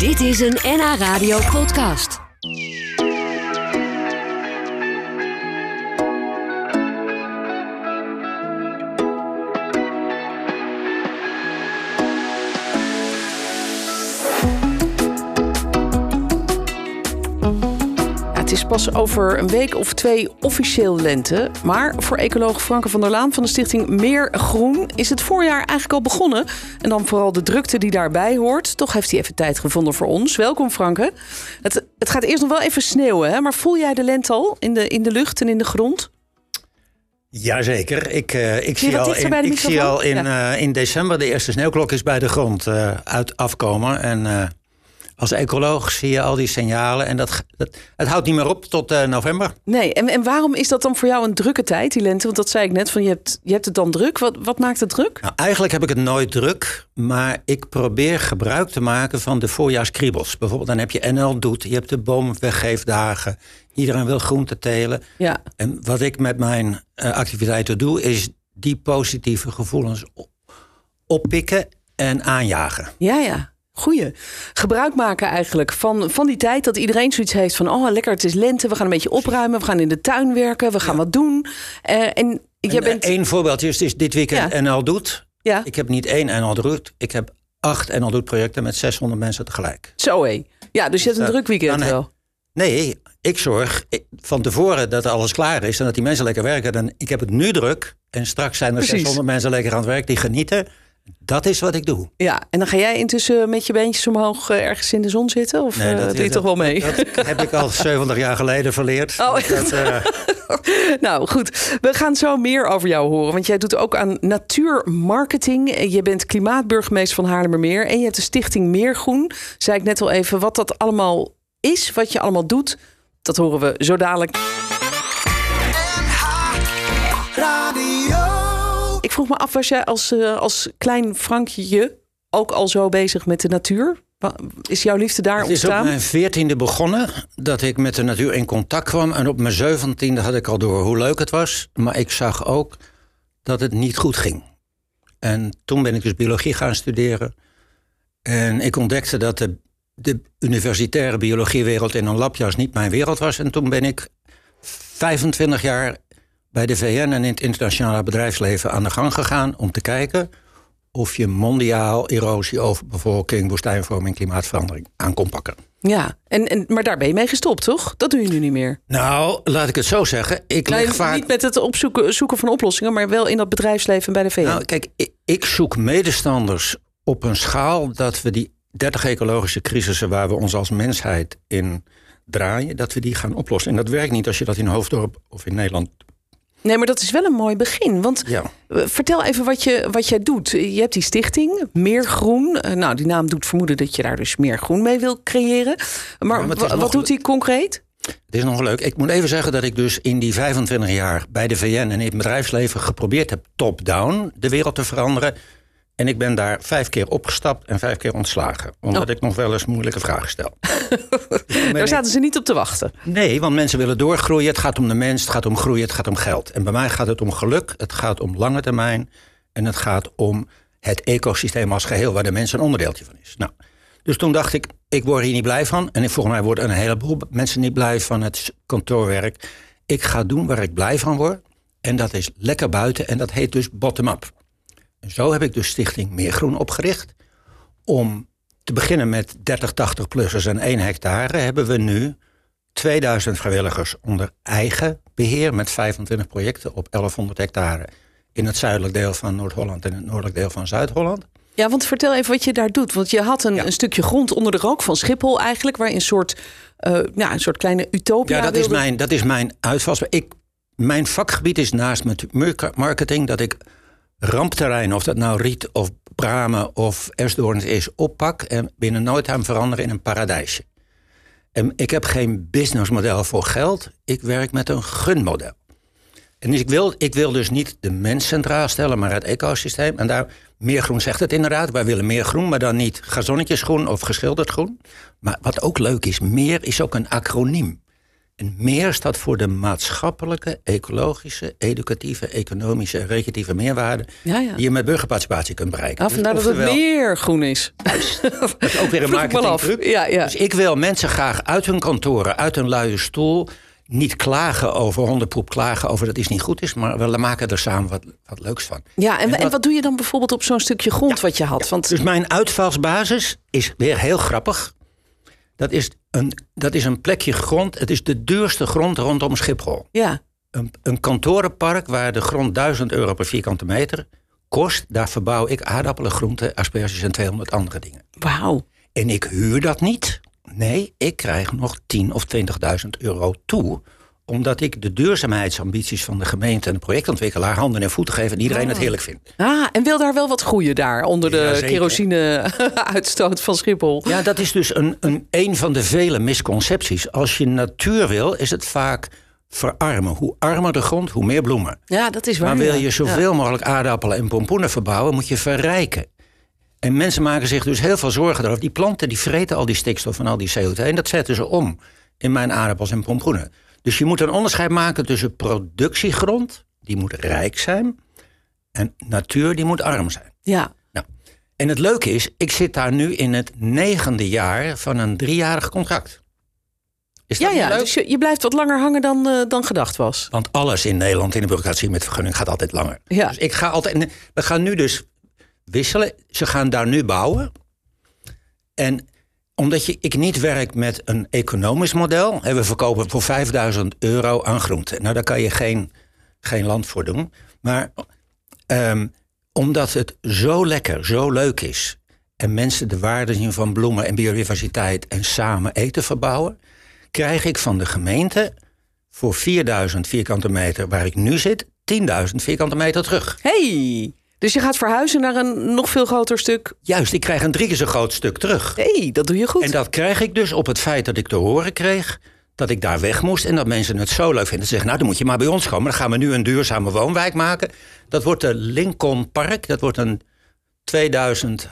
Dit is een NH Radio podcast. Het is pas over een week of 2 officieel lente. Maar voor ecoloog Franke van der Laan van de stichting Meer Groen is het voorjaar eigenlijk al begonnen. En dan vooral de drukte die daarbij hoort. Toch heeft hij even tijd gevonden voor ons. Welkom Franke. Het gaat eerst nog wel even sneeuwen, hè? Maar voel jij de lente al in de lucht en in de grond? Jazeker. Ik zie al in december de eerste sneeuwklokjes bij de grond afkomen. En als ecoloog zie je al die signalen. En het houdt niet meer op tot november. Nee, en waarom is dat dan voor jou een drukke tijd, die lente? Want dat zei ik net, van je hebt het dan druk. Wat maakt het druk? Nou, eigenlijk heb ik het nooit druk. Maar ik probeer gebruik te maken van de voorjaarskriebels. Bijvoorbeeld dan heb je NL Doet. Je hebt de boomweggeefdagen. Iedereen wil groente telen. Ja. En wat ik met mijn activiteiten doe, is die positieve gevoelens oppikken en aanjagen. Ja. Goeie. Gebruik maken eigenlijk van die tijd dat iedereen zoiets heeft van... oh, lekker, het is lente, we gaan een beetje opruimen... we gaan in de tuin werken, we gaan wat doen. Eén voorbeeldje is dit weekend NL Doet. Ja. Ik heb niet 1 NL Doet, ik heb 8 NL Doet projecten met 600 mensen tegelijk. Zo hé. Ja, dus je hebt een druk weekend wel. Nee, ik zorg van tevoren dat alles klaar is... en dat die mensen lekker werken. Ik heb het nu druk en straks zijn er 600 mensen lekker aan het werk... die genieten. Dat is wat ik doe. Ja, en dan ga jij intussen met je beentjes omhoog ergens in de zon zitten? Of nee, dat doe je toch wel mee? Dat heb ik al 70 jaar geleden verleerd. Oh, Nou goed, we gaan zo meer over jou horen. Want jij doet ook aan natuurmarketing. Je bent klimaatburgemeester van Haarlemmermeer. En je hebt de stichting Meer Groen. Zei ik net al even wat dat allemaal is, wat je allemaal doet. Dat horen we zo dadelijk. Ik vroeg me af, was jij als klein Frankje ook al zo bezig met de natuur? Is jouw liefde daar ontstaan? Het is op mijn 14e begonnen dat ik met de natuur in contact kwam. En op mijn 17e had ik al door hoe leuk het was. Maar ik zag ook dat het niet goed ging. En toen ben ik dus biologie gaan studeren. En ik ontdekte dat de universitaire biologiewereld in een labjas niet mijn wereld was. En toen ben ik 25 jaar bij de VN en in het internationale bedrijfsleven aan de gang gegaan om te kijken of je mondiaal erosie, overbevolking, woestijnvorming, klimaatverandering aan kon pakken. Ja, maar daar ben je mee gestopt, toch? Dat doe je nu niet meer. Nou, laat ik het zo zeggen. Niet met het zoeken van oplossingen, maar wel in dat bedrijfsleven bij de VN. Nou, kijk, ik zoek medestanders op een schaal dat we die 30 ecologische crisissen waar we ons als mensheid in draaien, dat we die gaan oplossen. En dat werkt niet als je dat in Hoofddorp of in Nederland. Nee, maar dat is wel een mooi begin. Want vertel even wat jij doet. Je hebt die stichting, Meer Groen. Nou, die naam doet vermoeden dat je daar dus meer groen mee wil creëren. Maar wat doet die concreet? Het is nog leuk. Ik moet even zeggen dat ik dus in die 25 jaar bij de VN en in het bedrijfsleven geprobeerd heb top-down de wereld te veranderen. En ik ben daar 5 keer opgestapt en 5 keer ontslagen. Omdat ik nog wel eens moeilijke vragen stel. Daar zaten ze niet op te wachten. Nee, want mensen willen doorgroeien. Het gaat om de mens, het gaat om groeien, het gaat om geld. En bij mij gaat het om geluk, het gaat om lange termijn. En het gaat om het ecosysteem als geheel, waar de mens een onderdeeltje van is. Nou, dus toen dacht ik word hier niet blij van. En volgens mij worden een heleboel mensen niet blij van het kantoorwerk. Ik ga doen waar ik blij van word. En dat is lekker buiten en dat heet dus bottom-up. En zo heb ik dus Stichting Meer Groen opgericht. Om te beginnen met 30, 80-plussers en 1 hectare hebben we nu 2000 vrijwilligers onder eigen beheer met 25 projecten op 1100 hectare in het zuidelijk deel van Noord-Holland en het noordelijk deel van Zuid-Holland. Ja, want vertel even wat je daar doet. Want je had een stukje grond onder de rook van Schiphol eigenlijk, waar je een soort kleine utopia dat is mijn uitvalsbaar. Mijn vakgebied is naast marketing dat ik rampterrein, of dat nou Riet of Bramen of Esdoorn is, oppak en binnen no time veranderen in een paradijsje. En ik heb geen businessmodel voor geld. Ik werk met een gunmodel. En dus ik wil dus niet de mens centraal stellen, maar het ecosysteem. En daar, Meer Groen zegt het inderdaad. Wij willen meer groen, maar dan niet gazonnetjesgroen of geschilderd groen. Maar wat ook leuk is, meer is ook een acroniem. En meer staat voor de maatschappelijke, ecologische, educatieve, economische en recreatieve meerwaarde die je met burgerparticipatie kunt bereiken. Vandaar dat het meer groen is. Dat is ook weer een marketingtruc. Ja. Dus ik wil mensen graag uit hun kantoren, uit hun luie stoel, niet klagen over hondenpoep, klagen over dat iets niet goed is, maar we maken er samen wat leuks van. Ja, en wat doe je dan bijvoorbeeld op zo'n stukje grond wat je had? Want... Dus mijn uitvalsbasis is weer heel grappig. Dat is een plekje grond. Het is de duurste grond rondom Schiphol. Ja. Een kantorenpark waar de grond €1000 per vierkante meter kost. Daar verbouw ik aardappelen, groenten, asperges en 200 andere dingen. Wauw. En ik huur dat niet. Nee, ik krijg nog 10.000 of 20.000 € toe. Omdat ik de duurzaamheidsambities van de gemeente en de projectontwikkelaar handen en voeten geef en iedereen het heerlijk vindt. En wil daar wel wat groeien daar onder de kerosine-uitstoot van Schiphol? Ja, dat is dus een van de vele misconcepties. Als je natuur wil, is het vaak verarmen. Hoe armer de grond, hoe meer bloemen. Ja, dat is waar. Maar wil je zoveel mogelijk aardappelen en pompoenen verbouwen, moet je verrijken. En mensen maken zich dus heel veel zorgen daarover. Die planten die vreten al die stikstof en al die CO2 en dat zetten ze om in mijn aardappels en pompoenen. Dus je moet een onderscheid maken tussen productiegrond, die moet rijk zijn, en natuur, die moet arm zijn. Ja. Nou, en het leuke is, ik zit daar nu in het 9e jaar van een 3-jarig contract. Is dat niet leuk? Dus je blijft wat langer hangen dan gedacht was. Want alles in Nederland in de bureaucratie met vergunning gaat altijd langer. Ja. Dus ik ga altijd. We gaan nu dus wisselen. Ze gaan daar nu bouwen. En omdat ik niet werk met een economisch model. En we verkopen voor €5.000 aan groenten. Nou, daar kan je geen land voor doen. Maar omdat het zo lekker, zo leuk is. En mensen de waarde zien van bloemen en biodiversiteit. En samen eten verbouwen. Krijg ik van de gemeente voor 4.000 vierkante meter waar ik nu zit, 10.000 vierkante meter terug. Hey, dus je gaat verhuizen naar een nog veel groter stuk? Juist, ik krijg een 3 keer zo groot stuk terug. Hey, dat doe je goed. En dat krijg ik dus op het feit dat ik te horen kreeg dat ik daar weg moest en dat mensen het zo leuk vinden. Ze zeggen, nou dan moet je maar bij ons komen. Dan gaan we nu een duurzame woonwijk maken. Dat wordt de Lincoln Park. Dat wordt een 2000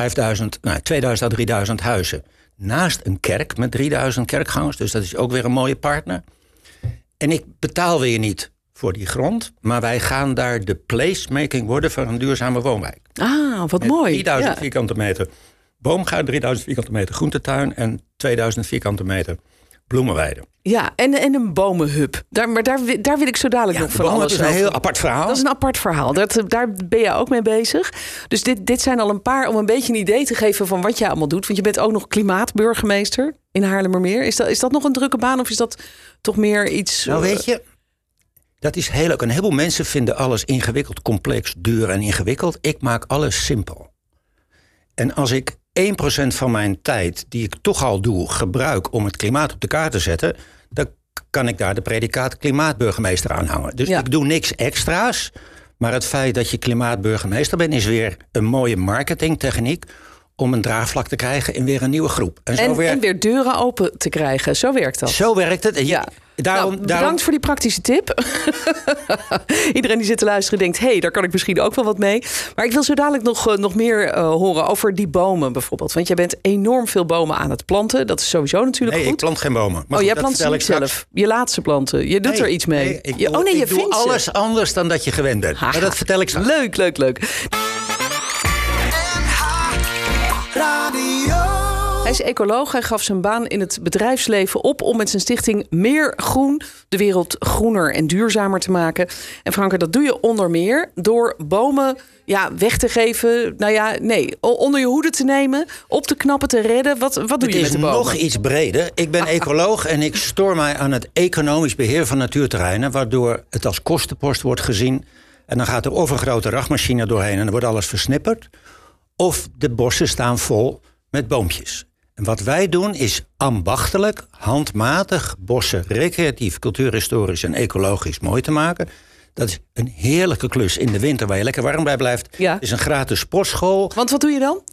à 3000 huizen. Naast een kerk met 3000 kerkgangers. Dus dat is ook weer een mooie partner. En ik betaal weer niet voor die grond. Maar wij gaan daar de placemaking worden voor een duurzame woonwijk. Ah, wat met mooi. 3000 vierkante meter boomgaard, 3000 vierkante meter groentetuin en 2000 vierkante meter bloemenweide. Ja, en een bomenhub. Daar wil ik zo dadelijk nog van alles over. Dat is een heel apart verhaal. Dat is een apart verhaal. Daar ben je ook mee bezig. Dus dit zijn al een paar om een beetje een idee te geven van wat jij allemaal doet. Want je bent ook nog klimaatburgemeester in Haarlemmermeer. Is dat nog een drukke baan of is dat toch meer iets... Nou weet je, dat is heel leuk. Een heleboel mensen vinden alles ingewikkeld, complex, duur en ingewikkeld. Ik maak alles simpel. En als ik 1% van mijn tijd, die ik toch al doe, gebruik om het klimaat op de kaart te zetten, dan kan ik daar de predicaat klimaatburgemeester aan hangen. Dus ik doe niks extra's. Maar het feit dat je klimaatburgemeester bent, is weer een mooie marketingtechniek om een draagvlak te krijgen in weer een nieuwe groep. En weer deuren open te krijgen. Zo werkt dat. Zo werkt het. Bedankt voor die praktische tip. Iedereen die zit te luisteren denkt, hey, daar kan ik misschien ook wel wat mee. Maar ik wil zo dadelijk nog meer horen over die bomen bijvoorbeeld. Want jij bent enorm veel bomen aan het planten. Dat is sowieso natuurlijk goed. Nee, ik plant geen bomen. Maar jij plant ze niet zelf. Je laat ze planten. Je doet er iets mee. Ik doe alles anders dan dat je gewend bent. Maar dat vertel ik straks. Leuk. Hij is ecoloog. Hij gaf zijn baan in het bedrijfsleven op om met zijn stichting Meer Groen de wereld groener en duurzamer te maken. En Franke, dat doe je onder meer door bomen weg te geven. Onder je hoede te nemen, op te knappen, te redden. Wat doe je met de bomen? Het is nog iets breder. Ik ben ecoloog en ik stoor mij aan het economisch beheer van natuurterreinen, waardoor het als kostenpost wordt gezien. En dan gaat er of een grote rachtmachine doorheen en dan wordt alles versnipperd. Of de bossen staan vol met boompjes. En wat wij doen is ambachtelijk, handmatig bossen recreatief, cultuurhistorisch en ecologisch mooi te maken. Dat is een heerlijke klus in de winter waar je lekker warm bij blijft. Ja. Het is een gratis sportschool. Want wat doe je dan?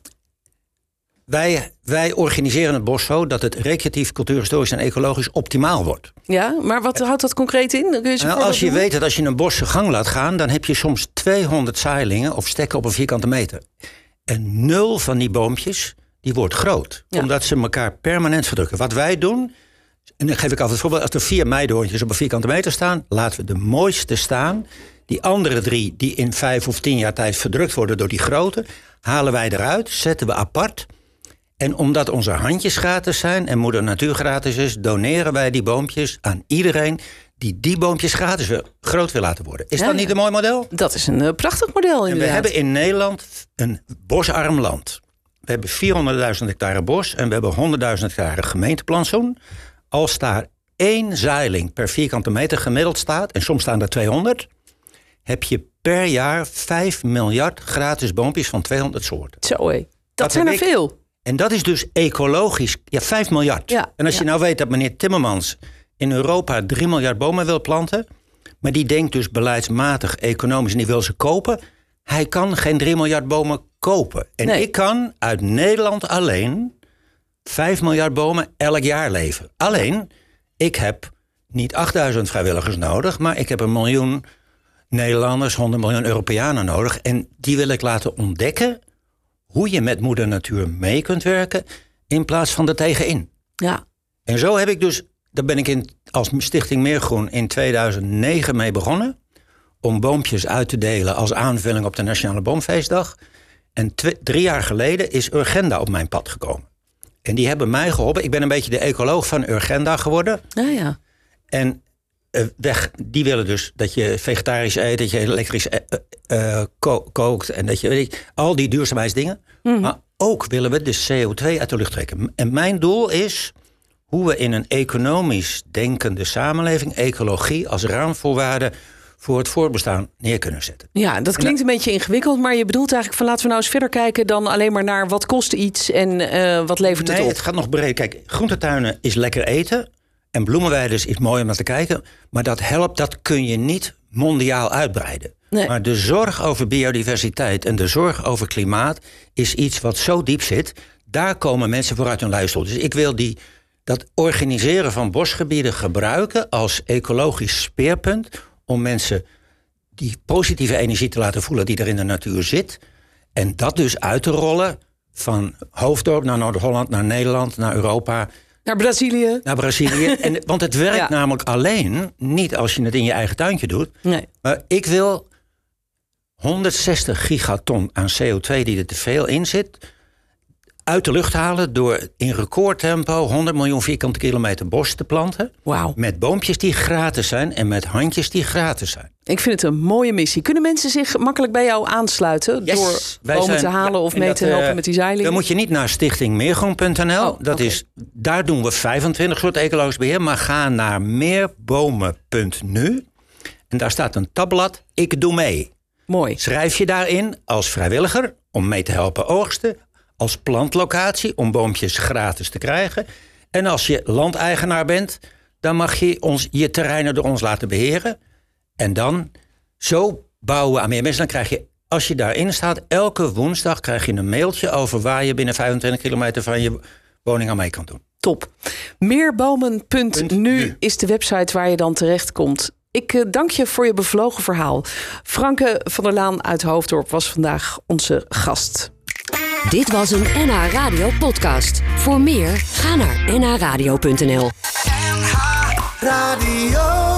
Wij organiseren het bos zo dat het recreatief, cultuurhistorisch en ecologisch optimaal wordt. Ja, maar wat houdt dat concreet in? Als je weet dat als je een bos zijn gang laat gaan, dan heb je soms 200 zaailingen of stekken op een vierkante meter. En 0 van die boompjes, die wordt groot. Ja. Omdat ze elkaar permanent verdrukken. Wat wij doen, En dan geef ik altijd het voorbeeld. Als er 4 meidoorntjes op een vierkante meter staan, laten we de mooiste staan. Die andere 3 die in 5 of 10 jaar tijd verdrukt worden door die grote, halen wij eruit, zetten we apart. En omdat onze handjes gratis zijn en moeder natuur gratis is, doneren wij die boompjes aan iedereen die boompjes gratis groot wil laten worden. Is dat niet een mooi model? Dat is een prachtig model inderdaad. En we hebben in Nederland een bosarm land. We hebben 400.000 hectare bos en we hebben 100.000 hectare gemeenteplantsoen. Als daar 1 zeiling per vierkante meter gemiddeld staat, en soms staan er 200... heb je per jaar 5 miljard gratis boompjes van 200 soorten. Zo hé, dat zijn er veel. En dat is dus ecologisch, 5 miljard. Ja, en als je nou weet dat meneer Timmermans in Europa 3 miljard bomen wil planten, maar die denkt dus beleidsmatig, economisch en die wil ze kopen. Hij kan geen 3 miljard bomen kopen. En ik kan uit Nederland alleen 5 miljard bomen elk jaar leveren. Alleen, ik heb niet 8000 vrijwilligers nodig, maar ik heb 1 miljoen Nederlanders, 100 miljoen Europeanen nodig. En die wil ik laten ontdekken hoe je met moeder natuur mee kunt werken in plaats van er tegenin. Ja. En zo heb ik dus, daar ben ik als Stichting Meergroen in 2009 mee begonnen, om boompjes uit te delen als aanvulling op de Nationale Boomfeestdag. En 3 jaar geleden is Urgenda op mijn pad gekomen. En die hebben mij geholpen. Ik ben een beetje de ecoloog van Urgenda geworden. Ja. En die willen dus dat je vegetarisch eet, dat je elektrisch kookt en dat je al die duurzaamheidsdingen. Mm-hmm. Maar ook willen we de CO2 uit de lucht trekken. En mijn doel is hoe we in een economisch denkende samenleving ecologie als raamvoorwaarde voor het voortbestaan neer kunnen zetten. Ja, dat klinkt een beetje ingewikkeld, maar je bedoelt eigenlijk van laten we nou eens verder kijken dan alleen maar naar wat kost iets en wat levert het op. Nee, het gaat nog breder. Kijk, groentetuinen is lekker eten en bloemenweiders is mooi om naar te kijken, maar dat helpt, dat kun je niet mondiaal uitbreiden. Nee. Maar de zorg over biodiversiteit en de zorg over klimaat is iets wat zo diep zit. Daar komen mensen vooruit hun luistoel. Dus ik wil dat organiseren van bosgebieden gebruiken als ecologisch speerpunt om mensen die positieve energie te laten voelen die er in de natuur zit. En dat dus uit te rollen van Hoofddorp naar Noord-Holland, naar Nederland, naar Europa. Naar Brazilië. Want het werkt namelijk alleen niet als je het in je eigen tuintje doet. Nee. Maar ik wil 160 gigaton aan CO2 die er te veel in zit uit de lucht halen door in recordtempo 100 miljoen vierkante kilometer bos te planten. Wauw. Met boompjes die gratis zijn en met handjes die gratis zijn. Ik vind het een mooie missie. Kunnen mensen zich makkelijk bij jou aansluiten door bomen te halen of mee te helpen met die zeiling? Dan moet je niet naar stichtingmeergroen.nl. Daar doen we 25 soorten ecologisch beheer. Maar ga naar meerbomen.nu. En daar staat een tabblad. Ik doe mee. Mooi. Schrijf je daarin als vrijwilliger om mee te helpen oogsten. Als plantlocatie om boompjes gratis te krijgen. En als je landeigenaar bent, dan mag je je terreinen door ons laten beheren. En dan zo bouwen we aan meer mensen. Dan krijg je, als je daarin staat, elke woensdag krijg je een mailtje over waar je binnen 25 kilometer van je woning aan mee kan doen. Top. Meerbomen.nu is de website waar je dan terecht komt. Ik dank je voor je bevlogen verhaal. Franke van der Laan uit Hoofddorp was vandaag onze gast. Dit was een NH Radio podcast. Voor meer, ga naar nhradio.nl. NH Radio.